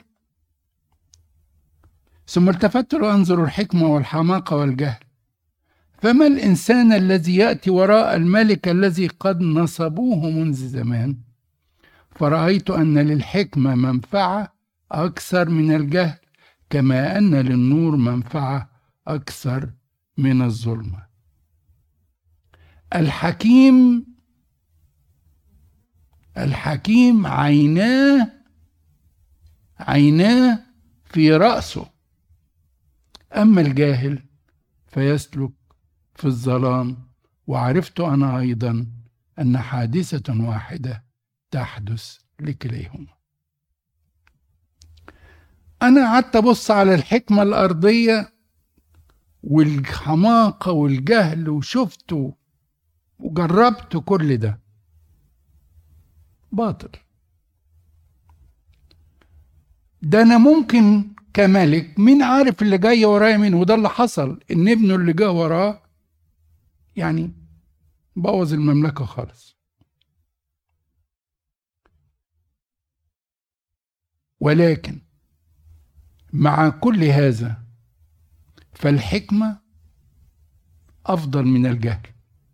ثم التفت لأنظر الحكمة والحماقة والجهل، فما الإنسان الذي يأتي وراء الملك الذي قد نصبوه منذ زمان؟ فرأيت أن للحكمة منفعة أكثر من الجهل، كما أن للنور منفعة أكثر من الظلمة. الحكيم الحكيم عيناه عيناه في رأسه، أما الجاهل فيسلك في الظلام. وعرفت أنا أيضا أن حادثة واحدة تحدث لكليهما. أنا قعدت أبص على الحكمة الأرضية والحماقة والجهل وشفته وجربت كل ده باطل. ده أنا ممكن كملك مين عارف اللي جاي ورايا مين؟ وده اللي حصل، إن ابنه اللي جاء وراه يعني بوظ المملكة خالص. ولكن مع كل هذا فالحكمة أفضل من الجهل.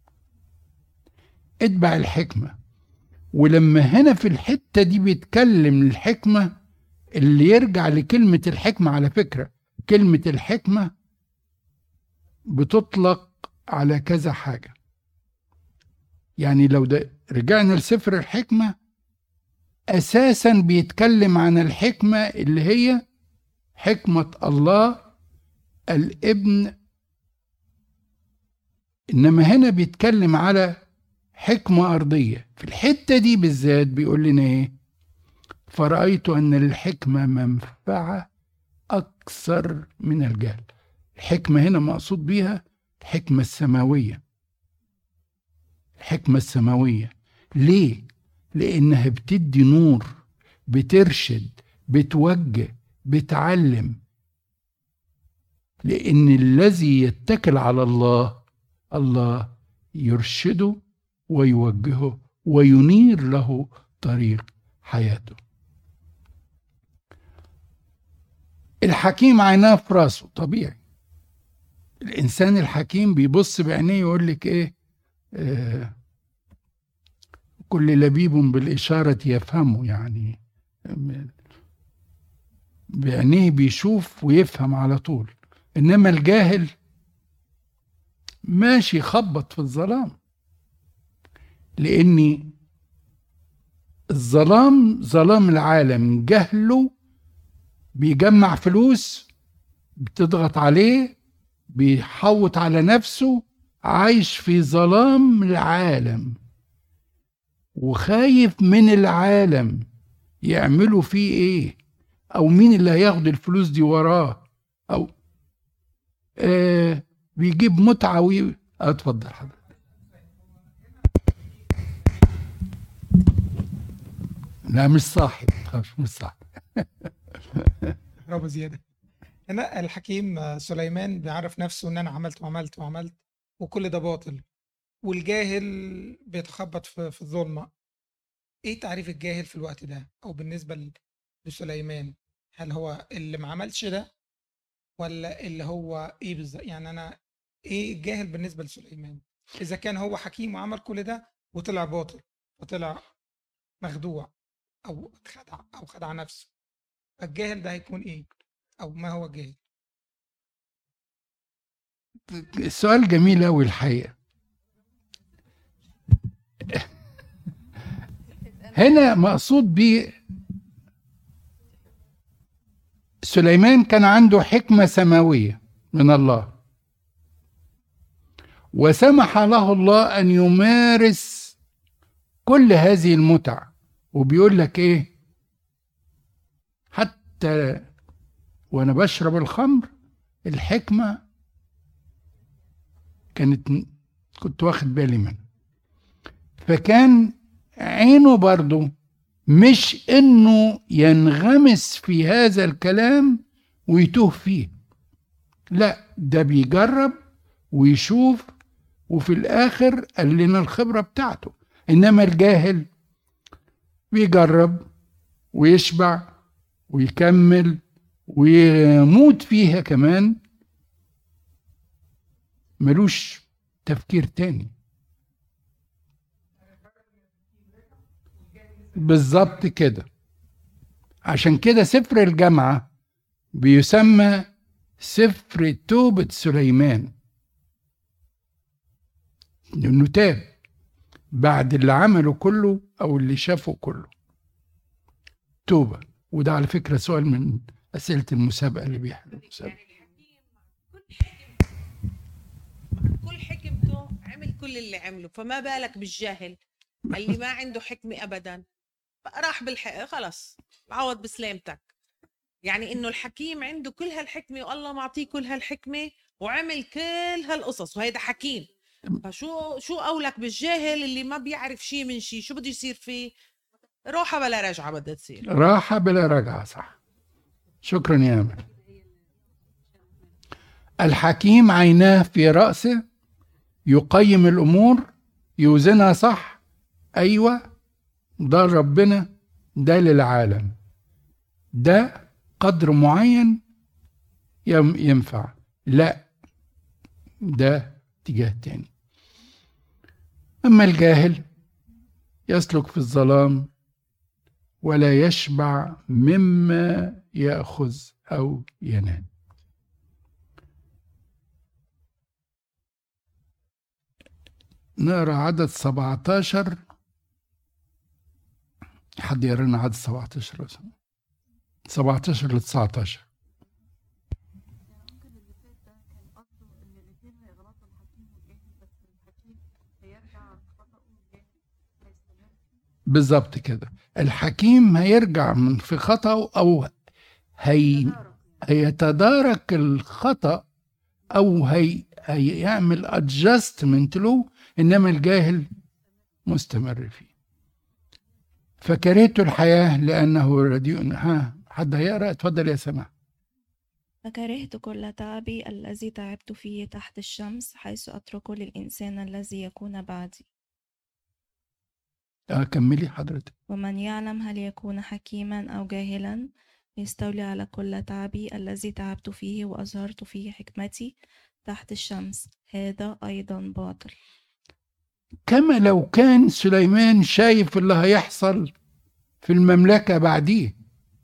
اتبع الحكمة. ولما هنا في الحتة دي بيتكلم الحكمة، اللي يرجع لكلمة الحكمة، على فكرة كلمة الحكمة بتطلق على كذا حاجة. يعني لو ده رجعنا لسفر الحكمة أساسا بيتكلم عن الحكمة اللي هي حكمة الله الابن، إنما هنا بيتكلم على حكمة أرضية. في الحتة دي بالذات بيقول لنا إيه؟ فرأيت أن للحكمة منفعة أكثر من الجهل. الحكمة هنا مقصود بيها الحكمة السماوية. الحكمة السماوية ليه؟ لأنها بتدي نور، بترشد، بتوجه، بتعلم. لأن الذي يتكل على الله، الله يرشده ويوجهه وينير له طريق حياته. الحكيم عيناه في راسه، طبيعي. الإنسان الحكيم بيبص بعينيه يقول لك إيه، آه كل لبيب بالإشارة يفهمه، يعني بعينيه بيشوف ويفهم على طول. إنما الجاهل ماشي خبط في الظلام، لأن الظلام ظلام العالم، جهله بيجمع فلوس بتضغط عليه، بيحوط على نفسه، عايش في ظلام العالم وخايف من العالم يعملوا فيه ايه، او مين اللي هياخد الفلوس دي وراه، او آه بيجيب متعة وي... اتفضل حضرتك. لا مش صاحب، مش صاحب. برافو زيادة. هنا الحكيم سليمان بيعرف نفسه ان انا عملت وعملت وعملت وكل ده باطل، والجاهل بيتخبط في, في الظلمة. ايه تعريف الجاهل في الوقت ده، او بالنسبة لسليمان؟ هل هو اللي ما عملش ده ولا اللي هو ايه بالظبط؟ يعني انا ايه الجاهل بالنسبة لسليمان اذا كان هو حكيم وعمل كل ده وطلع باطل وطلع مخدوع او خدع او خدع نفسه؟ الجاهل ده هيكون ايه، او ما هو الجاهل؟ السؤال جميل أوي الحقيقة. هنا مقصود بيه سليمان كان عنده حكمة سماوية من الله، وسمح له الله أن يمارس كل هذه المتع. وبيقول لك إيه، حتى وأنا بشرب الخمر الحكمة كانت، كنت واخد بالي منها. فكان عينه برضو مش انه ينغمس في هذا الكلام ويتوه فيه، لا، ده بيجرب ويشوف، وفي الاخر قال لنا الخبرة بتاعته. انما الجاهل بيجرب ويشبع ويكمل ويموت فيها كمان، ملوش تفكير تاني. بالظبط كده. عشان كده سفر الجامعة بيسمى سفر توبة سليمان، لأنه تاب بعد اللي عمله كله أو اللي شافه كله. توبة. وده على فكرة سؤال من أسئلة المسابقة اللي بيحلو المسابقة. كل حكمته عمل كل اللي عمله، فما بالك بالجاهل اللي ما عنده حكمة أبدا، راح بالحق خلاص عوض بسلامتك. يعني إنه الحكيم عنده كل هالحكمة والله معطيه كل هالحكمة وعمل كل هالقصص وهيدا حكيم، فشو شو أولك بالجاهل اللي ما بيعرف شيء من شيء؟ شو بده يصير فيه؟ راحة بلا رجعة بدها تصير، راحة بلا رجعة. صح، شكرا يا أمل. الحكيم عيناه في رأسه، يقيم الأمور يوزنها صح. أيوة، ده ربنا، ده للعالم، ده قدر معين ينفع، لا ده اتجاه تاني. أما الجاهل يسلك في الظلام ولا يشبع مما يأخذ أو ينال. نقرأ عدد سبعتاشر. حد يقرأ لنا عدد سبعتاشر سبعتاشر ل تسعتاشر. بالظبط كده. الحكيم هيرجع من في خطأه أو هي هيتدارك الخطأ أو هي هيعمل adjustment له، إنما الجاهل مستمر فيه. فكرهت الحياة لأنه رديء. ها حد هيقرأ؟ اتفضل يا سماح. فكرهت كل تعبي الذي تعبت فيه تحت الشمس، حيث أتركه للإنسان الذي يكون بعدي. اه كملي حضرتك. ومن يعلم هل يكون حكيما أو جاهلا، يستولي على كل تعبي الذي تعبت فيه وأظهرت فيه حكمتي تحت الشمس، هذا أيضا باطل. كما لو كان سليمان شايف اللي هيحصل في المملكة بعديه،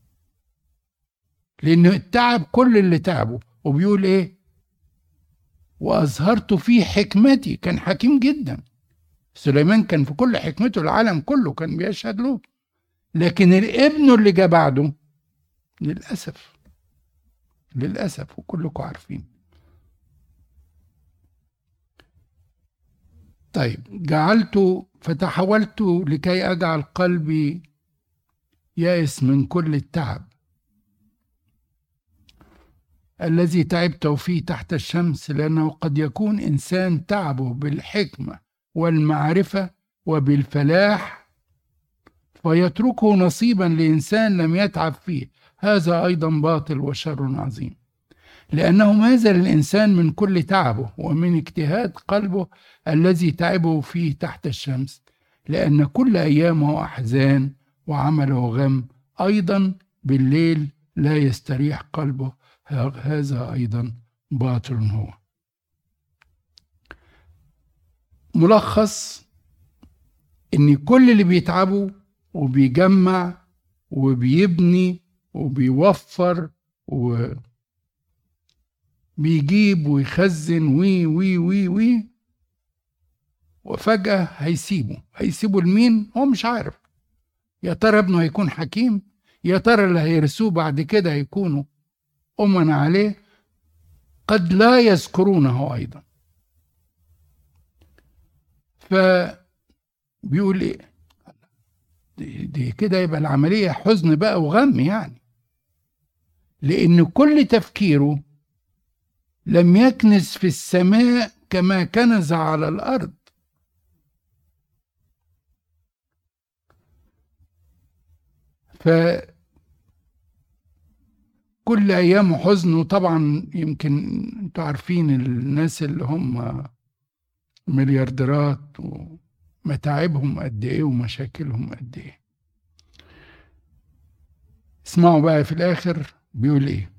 لأنه التعب كل اللي تعبه، وبيقول إيه؟ وأظهرت فيه حكمتي. كان حكيم جدا سليمان، كان في كل حكمته العالم كله كان بيشهد له. لكن الابن اللي جاء بعده للأسف للأسف وكلكم عارفين. طيب، جعلت فتحولت لكي أجعل قلبي يائس من كل التعب الذي تعبت فيه تحت الشمس، لأنه قد يكون إنسان تعبه بالحكمة والمعرفة وبالفلاح فيتركه نصيبا لإنسان لم يتعب فيه، هذا أيضا باطل وشر عظيم. لأنه ماذا للإنسان من كل تعبه ومن اجتهاد قلبه الذي تعبه فيه تحت الشمس، لأن كل أيامه أحزان وعمله غم، أيضا بالليل لا يستريح قلبه، هذا أيضا باطل هو. ملخص إن كل اللي بيتعبوا وبيجمع وبيبني وبيوفر وبيجيب ويخزن وي وي وي وي وفجأة هيسيبه هيسيبه لمين؟ هو مش عارف. يا ترى ابنه هيكون حكيم؟ يا ترى اللي هيرثوه بعد كده هيكونوا أمنا عليه؟ قد لا يذكرونه أيضا. فبيقول إيه؟ دي, دي كده يبقى العملية حزن بقى وغم يعني، لأن كل تفكيره لم يكنز في السماء كما كنز على الأرض. فكل أيامه حزن. وطبعا يمكن انتوا عارفين الناس اللي هم مليارديرات ومتاعبهم قد ايه ومشاكلهم قد ايه. اسمعوا بقى في الآخر بيقول ايه: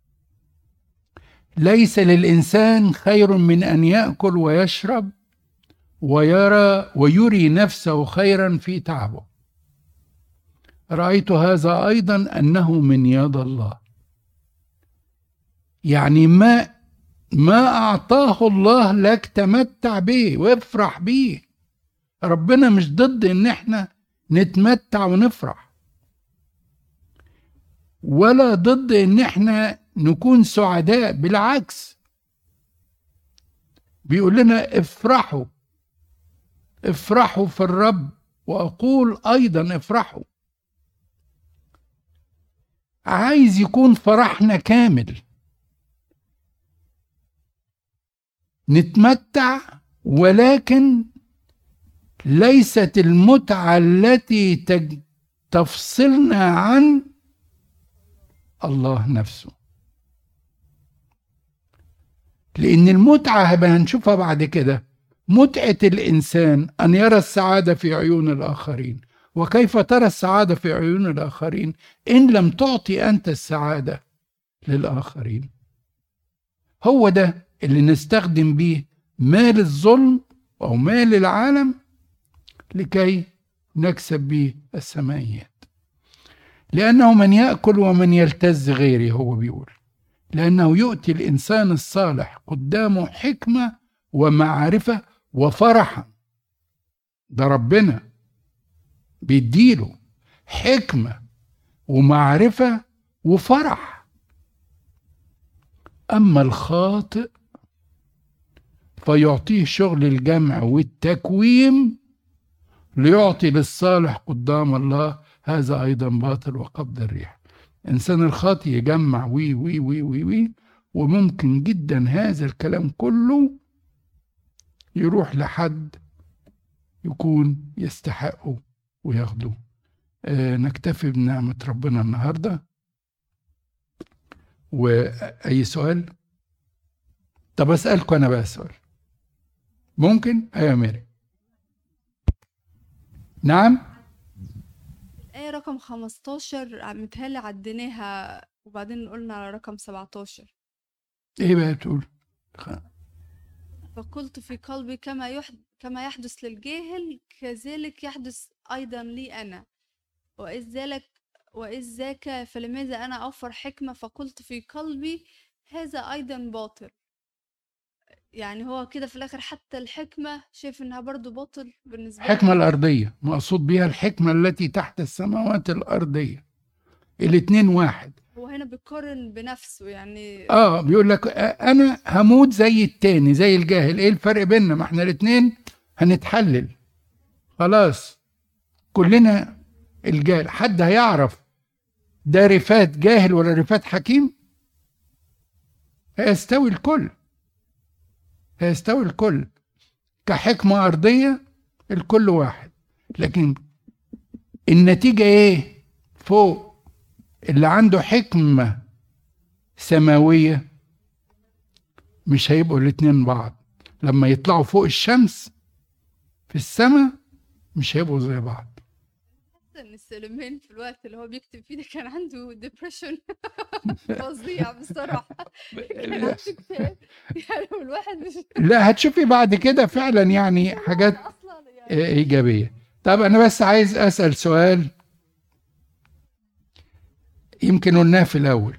ليس للإنسان خير من أن يأكل ويشرب ويرى ويري نفسه خيرا في تعبه. رأيت هذا أيضا أنه من يد الله. يعني ما ما أعطاه الله لك تمتع به وافرح به. ربنا مش ضد إن احنا نتمتع ونفرح، ولا ضد إن احنا نكون سعداء، بالعكس بيقول لنا افرحوا افرحوا في الرب، وأقول أيضا افرحوا. عايز يكون فرحنا كامل، نتمتع، ولكن ليست المتعة التي تفصلنا عن الله نفسه. لأن المتعة هبقى هنشوفها بعد كده، متعة الإنسان أن يرى السعادة في عيون الآخرين. وكيف ترى السعادة في عيون الآخرين إن لم تعطي أنت السعادة للآخرين؟ هو ده اللي نستخدم به مال الظلم أو مال العالم لكي نكسب به السمائيات. لأنه من يأكل ومن يلتز غيره، هو بيقول، لأنه يؤتي الإنسان الصالح قدامه حكمة ومعرفة وفرحا. ده ربنا بيديله حكمة ومعرفة وفرح. أما الخاطئ فيعطيه شغل الجمع والتكويم ليعطي للصالح قدام الله، هذا أيضا باطل وقبض الريح. إنسان الخاطئ يجمع وي وي وي وي وي وممكن جدا هذا الكلام كله يروح لحد يكون يستحقه وياخده. آه نكتفي بنعمة ربنا النهاردة، وأي سؤال؟ طب أسألكم أنا بقى سؤال، ممكن؟ أيوة ميري. نعم. الآية رقم خمستاشر متهيألي عديناها وبعدين قلنا على رقم سبعتاشر. إيه بقى بتقول؟ فقلت في قلبي كما يحدث كما يحدث للجاهل كذلك يحدث أيضا لي أنا، وإذ ذلك وإذ ذاك فلماذا أنا أوفر حكمة، فقلت في قلبي هذا أيضا باطل. يعني هو كده في الآخر حتى الحكمة شايف إنها برضو باطل بالنسبة له. الحكمة الأرضية مقصود بها الحكمة التي تحت السماوات الأرضية، الاتنين واحد. هو هنا بيقارن بنفسه يعني. اه بيقول لك انا هموت زي التاني زي الجاهل، ايه الفرق بيننا؟ ما احنا الاتنين هنتحلل خلاص كلنا الجاهل. حد هيعرف ده رفات جاهل ولا رفات حكيم؟ هيستوي الكل، هيستوي الكل كحكمة أرضية، الكل واحد. لكن النتيجة ايه؟ فوق اللي عنده حكمة سماوية مش هيبقوا الاتنين بعض. لما يطلعوا فوق الشمس في السماء مش هيبقوا زي بعض. ان سليمان في الوقت اللي هو بيكتب فيه ده كان عنده ديبريشن فظيع بصراحة. كان عنده كتاب يعني الواحد مش لا هتشوفي بعد كده فعلا يعني حاجات إيجابية. طب أنا بس عايز أسأل سؤال يمكن قلناه في الأول.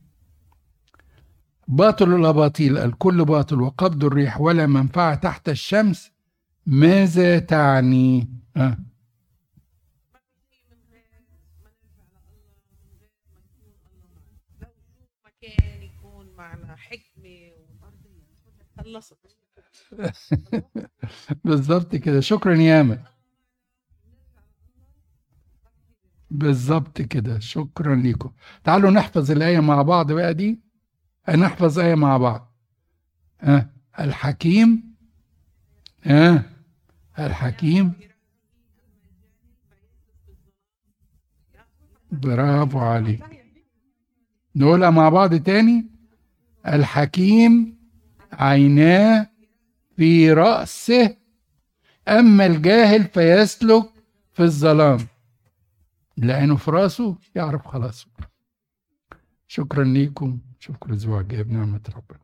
باطل الأباطيل الكل باطل وقبض الريح ولا منفعة تحت الشمس، ماذا تعني؟ أه. مكان يكون معنا حكمة وأرضية خلصت. بالظبط كده. شكرا يا أمل. بالظبط كده. شكرا لكم. تعالوا نحفظ الآية مع بعض بقى دي. نحفظ آية مع بعض. أه. الحكيم أه. الحكيم. برافو عليك. نقولها مع بعض تاني. الحكيم عيناه في رأسه أما الجاهل فيسلك في الظلام. لعينه في رأسه يعرف خلاص. شكرا لكم. اشوفكم الاسبوع الجاي بنعمة ربنا.